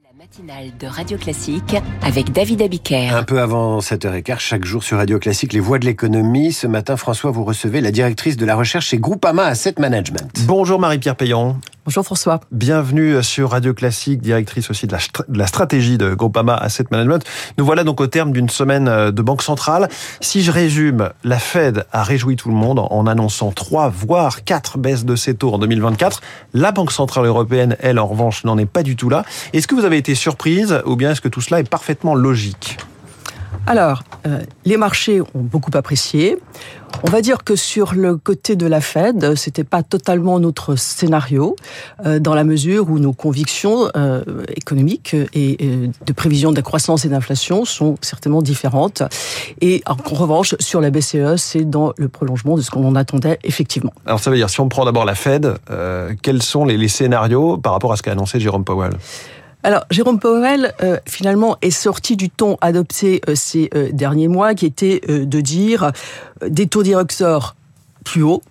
La matinale de Radio Classique avec David Abiker. Un peu avant 7h15, chaque jour sur Radio Classique, les voix de l'économie. Ce matin, François, vous recevez la directrice de la recherche chez Groupama Asset Management. Bonjour Marie-Pierre Payan. Bonjour François. Bienvenue sur Radio Classique, directrice aussi de la stratégie de Groupama Asset Management. Nous voilà donc au terme d'une semaine de banque centrale. Si je résume, la Fed a réjoui tout le monde en annonçant 3 voire 4 baisses de ses taux en 2024. La Banque centrale européenne, elle, en revanche, n'en est pas du tout là. Est-ce que vous avez été surprise ou bien est-ce que tout cela est parfaitement logique ? Alors, les marchés ont beaucoup apprécié. On va dire que sur le côté de la Fed, c'était pas totalement notre scénario, dans la mesure où nos convictions économiques et de prévision de la croissance et d'inflation sont certainement différentes. Et en revanche, sur la BCE, c'est dans le prolongement de ce qu'on en attendait effectivement. Alors ça veut dire, si on prend d'abord la Fed, quels sont les scénarios par rapport à ce qu'a annoncé Jérôme Powell ? Alors, Jérôme Powell, finalement, est sorti du ton adopté ces derniers mois, qui était de dire des taux directeurs plus hauts,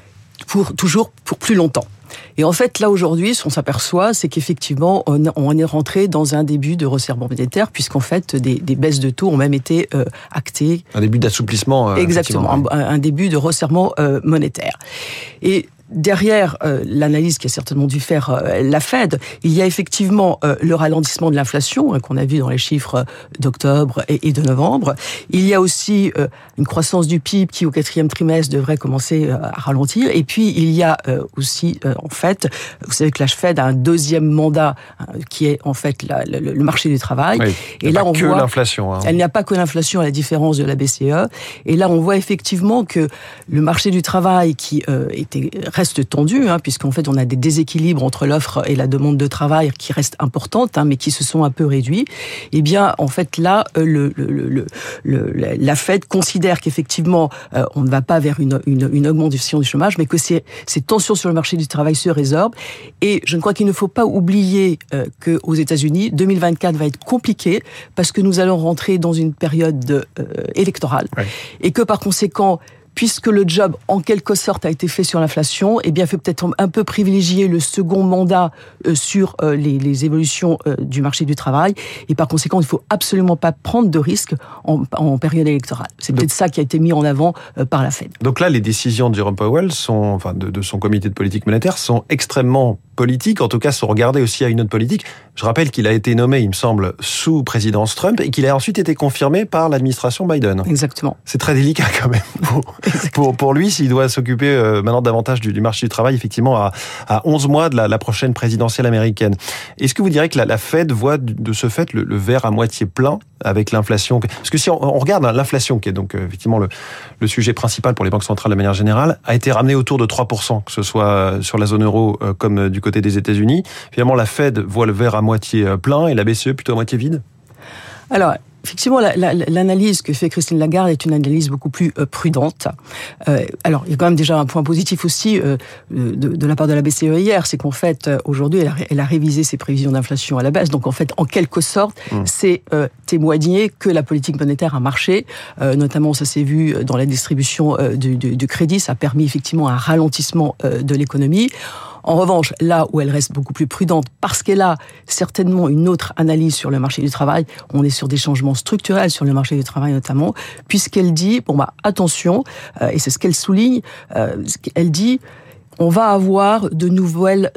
toujours pour plus longtemps. Et en fait, là, aujourd'hui, ce qu'on s'aperçoit, c'est qu'effectivement, on est rentré dans un début de resserrement monétaire, puisqu'en fait, des baisses de taux ont même été actées. Un début d'assouplissement. Exactement, un début de resserrement monétaire. Et derrière l'analyse qui a certainement dû faire la Fed, il y a effectivement le ralentissement de l'inflation qu'on a vu dans les chiffres d'octobre et de novembre. Il y a aussi une croissance du PIB qui au 4e trimestre devrait commencer à ralentir. Et puis il y a aussi en fait, vous savez que la Fed a un deuxième mandat qui est en fait le marché du travail. Oui, et là on voit l'inflation. Elle n'y a pas que l'inflation à la différence de la BCE. Et là on voit effectivement que le marché du travail qui reste tendu, puisqu'en fait on a des déséquilibres entre l'offre et la demande de travail qui restent importantes, mais qui se sont un peu réduits. Et bien en fait là, la Fed considère qu'effectivement on ne va pas vers une augmentation du chômage, mais que ces tensions sur le marché du travail se résorbent. Et je crois qu'il ne faut pas oublier qu'aux États-Unis, 2024 va être compliqué parce que nous allons rentrer dans une période électorale, et que par conséquent, puisque le job, en quelque sorte, a été fait sur l'inflation, eh bien, il faut peut-être un peu privilégier le second mandat sur les évolutions du marché du travail. Et par conséquent, il ne faut absolument pas prendre de risques en période électorale. C'est peut-être ça qui a été mis en avant par la Fed. Donc là, les décisions de Jérôme Powell de son comité de politique monétaire sont extrêmement politiques, en tout cas sont regardées aussi à une note politique. Je rappelle qu'il a été nommé, il me semble, sous présidence Trump et qu'il a ensuite été confirmé par l'administration Biden. Exactement. C'est très délicat quand même pour lui, s'il doit s'occuper maintenant davantage du marché du travail, effectivement, à 11 mois de la prochaine présidentielle américaine. Est-ce que vous direz que la Fed voit de ce fait le verre à moitié plein avec l'inflation ? Parce que si on regarde l'inflation, qui est donc effectivement le sujet principal pour les banques centrales de manière générale, a été ramenée autour de 3%, que ce soit sur la zone euro comme du côté des États-Unis. Finalement, la Fed voit le verre à moitié plein et la BCE plutôt à moitié vide ? Alors, effectivement, l'analyse que fait Christine Lagarde est une analyse beaucoup plus prudente. Alors, il y a quand même déjà un point positif aussi de la part de la BCE hier, c'est qu'en fait, aujourd'hui, elle a révisé ses prévisions d'inflation à la baisse. Donc, en fait, en quelque sorte, c'est témoigner que la politique monétaire a marché. Notamment, ça s'est vu dans la distribution du crédit. Ça a permis effectivement un ralentissement de l'économie. En revanche, là où elle reste beaucoup plus prudente, parce qu'elle a certainement une autre analyse sur le marché du travail, on est sur des changements structurels sur le marché du travail notamment, puisqu'elle dit, attention, et c'est ce qu'elle souligne, elle dit, on va avoir de nouvelles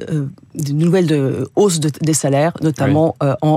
hausses des salaires, notamment en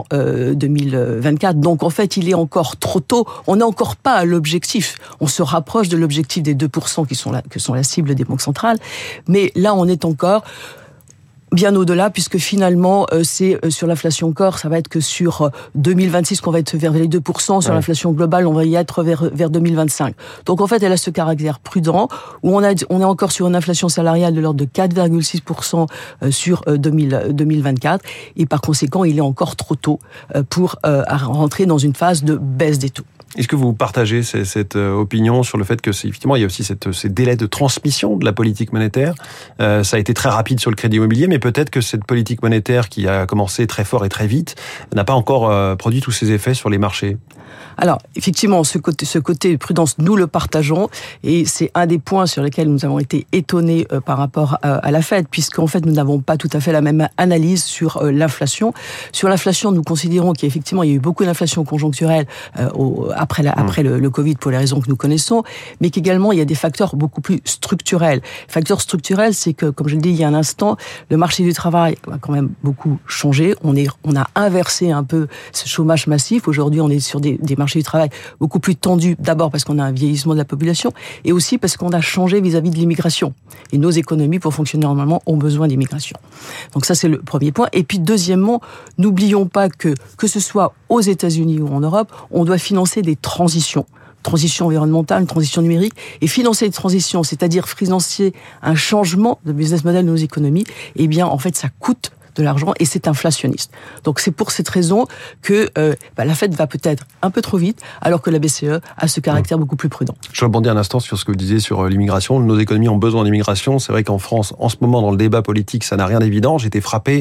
2024. Donc en fait, il est encore trop tôt. On n'est encore pas à l'objectif. On se rapproche de l'objectif des 2% que sont la cible des banques centrales. Mais là, on est encore bien au-delà, puisque finalement, c'est sur l'inflation corps, ça va être que sur 2026 qu'on va être vers les 2%, sur l'inflation globale, on va y être vers 2025. Donc en fait, elle a ce caractère prudent, où on est encore sur une inflation salariale de l'ordre de 4,6% sur 2024, et par conséquent, il est encore trop tôt pour rentrer dans une phase de baisse des taux. Est-ce que vous partagez cette opinion sur le fait que effectivement il y a aussi ces délais de transmission de la politique monétaire? Ça a été très rapide sur le crédit immobilier, mais peut-être que cette politique monétaire qui a commencé très fort et très vite n'a pas encore produit tous ses effets sur les marchés. Alors, effectivement, ce côté prudence, nous le partageons, et c'est un des points sur lesquels nous avons été étonnés par rapport à la Fed, puisqu'en fait, nous n'avons pas tout à fait la même analyse sur l'inflation. Sur l'inflation, nous considérons qu'effectivement, il y a eu beaucoup d'inflation conjoncturelle après le Covid, pour les raisons que nous connaissons, mais qu'également, il y a des facteurs beaucoup plus structurels. Facteurs structurels, c'est que, comme je le dis il y a un instant, le marché du travail a quand même beaucoup changé. On a inversé un peu ce chômage massif. Aujourd'hui, on est sur des marchés du travail beaucoup plus tendus, d'abord parce qu'on a un vieillissement de la population, et aussi parce qu'on a changé vis-à-vis de l'immigration. Et nos économies, pour fonctionner normalement, ont besoin d'immigration. Donc ça, c'est le premier point. Et puis, deuxièmement, n'oublions pas que ce soit aux États-Unis ou en Europe, on doit financer des transition environnementale, une transition numérique, et financer une transition, c'est-à-dire financer un changement de business model de nos économies, eh bien, en fait, ça coûte de l'argent et c'est inflationniste. Donc c'est pour cette raison que la Fed va peut-être un peu trop vite, alors que la BCE a ce caractère beaucoup plus prudent. Je rebondis un instant sur ce que vous disiez sur l'immigration. Nos économies ont besoin d'immigration. C'est vrai qu'en France, en ce moment, dans le débat politique, ça n'a rien d'évident. J'étais frappé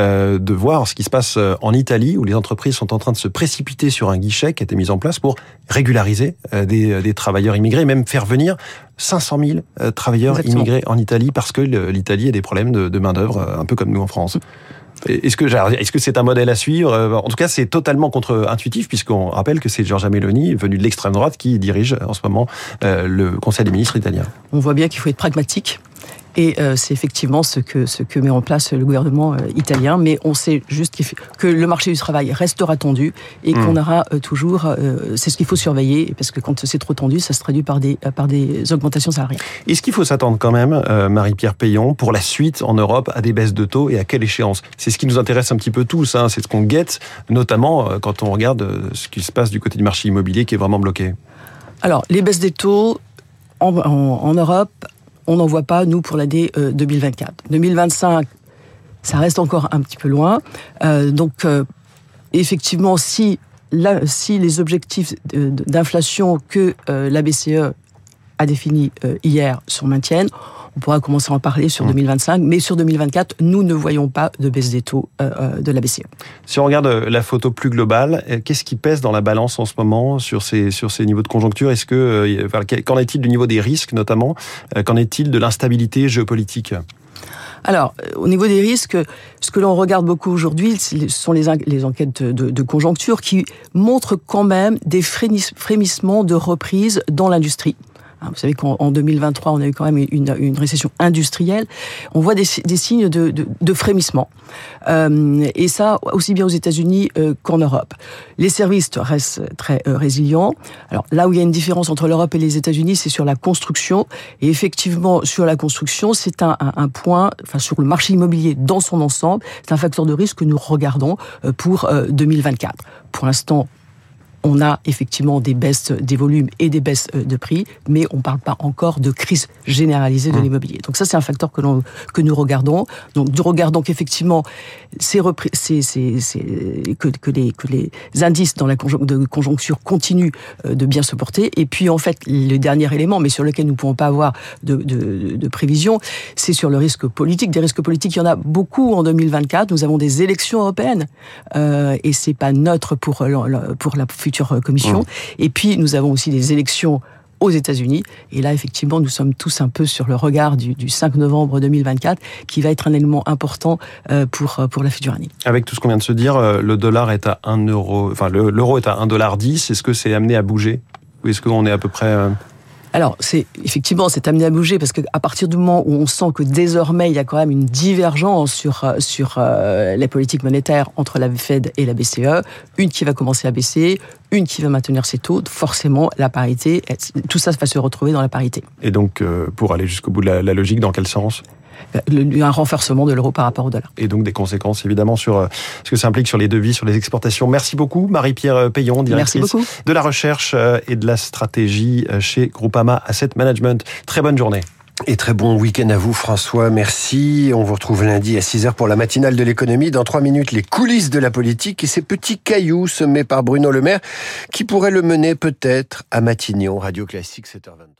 de voir ce qui se passe en Italie, où les entreprises sont en train de se précipiter sur un guichet qui a été mis en place pour régulariser des travailleurs immigrés, même faire venir 500 000 travailleurs immigrés en Italie, parce que l'Italie a des problèmes de main-d'œuvre, un peu comme nous en France. Est-ce que c'est un modèle à suivre? En tout cas, c'est totalement contre-intuitif, puisqu'on rappelle que c'est Giorgia Meloni, venue de l'extrême droite, qui dirige en ce moment le Conseil des ministres italien. On voit bien qu'il faut être pragmatique. Et c'est effectivement ce que met en place le gouvernement italien. Mais on sait juste que le marché du travail restera tendu et qu'on aura toujours... c'est ce qu'il faut surveiller, parce que quand c'est trop tendu, ça se traduit par des augmentations salariales. Est-ce qu'il faut s'attendre quand même, Marie-Pierre Payon, pour la suite en Europe, à des baisses de taux et à quelle échéance? C'est ce qui nous intéresse un petit peu tous, hein, c'est ce qu'on guette, notamment quand on regarde ce qui se passe du côté du marché immobilier qui est vraiment bloqué. Alors, les baisses des taux en Europe... On n'en voit pas, nous, pour l'année 2024. 2025, ça reste encore un petit peu loin. Donc, effectivement, si les objectifs d'inflation que la BCE a définis hier se maintiennent, on pourra commencer à en parler sur 2025, mais sur 2024, nous ne voyons pas de baisse des taux de la BCE. Si on regarde la photo plus globale, qu'est-ce qui pèse dans la balance en ce moment sur ces niveaux de conjoncture? Qu'en est-il du niveau des risques notamment? Qu'en est-il de l'instabilité géopolitique? Alors, au niveau des risques, ce que l'on regarde beaucoup aujourd'hui, ce sont les enquêtes de conjoncture qui montrent quand même des frémissements de reprise dans l'industrie. Vous savez qu'en 2023, on a eu quand même une récession industrielle. On voit des signes de frémissement. Et ça, aussi bien aux États-Unis qu'en Europe. Les services restent très résilients. Alors là où il y a une différence entre l'Europe et les États-Unis, c'est sur la construction. Et effectivement, sur la construction, c'est un point, enfin sur le marché immobilier dans son ensemble, c'est un facteur de risque que nous regardons pour 2024. Pour l'instant, on a effectivement des baisses des volumes et des baisses de prix, mais on ne parle pas encore de crise généralisée de l'immobilier. Donc ça, c'est un facteur que nous regardons. Donc nous regardons qu'effectivement, que les indices dans la conjoncture continuent de bien se porter. Et puis en fait, le dernier élément, mais sur lequel nous ne pouvons pas avoir de prévision, c'est sur le risque politique. Des risques politiques, il y en a beaucoup en 2024. Nous avons des élections européennes et c'est pas neutre pour la future commission. Et puis, nous avons aussi des élections aux États-Unis. Et là, effectivement, nous sommes tous un peu sur le regard du 5 novembre 2024, qui va être un élément important pour la future année. Avec tout ce qu'on vient de se dire, le dollar est à 1 euro, enfin, l'euro est à 1,10 $. Est-ce que c'est amené à bouger? Ou est-ce qu'on est à peu près... Alors, c'est amené à bouger parce qu'à partir du moment où on sent que désormais il y a quand même une divergence sur les politiques monétaires entre la Fed et la BCE, une qui va commencer à baisser, une qui va maintenir ses taux, forcément la parité, tout ça va se retrouver dans la parité. Et donc, pour aller jusqu'au bout de la logique, dans quel sens ? Un renforcement de l'euro par rapport au dollar. Et donc des conséquences évidemment sur ce que ça implique sur les devis, sur les exportations. Merci beaucoup Marie-Pierre Payon, directrice de la recherche et de la stratégie chez Groupama Asset Management. Très bonne journée. Et très bon week-end à vous, François. Merci. On vous retrouve lundi à 6h pour la matinale de l'économie. Dans 3 minutes, les coulisses de la politique et ces petits cailloux semés par Bruno Le Maire qui pourraient le mener peut-être à Matignon. Radio Classique, 7h22.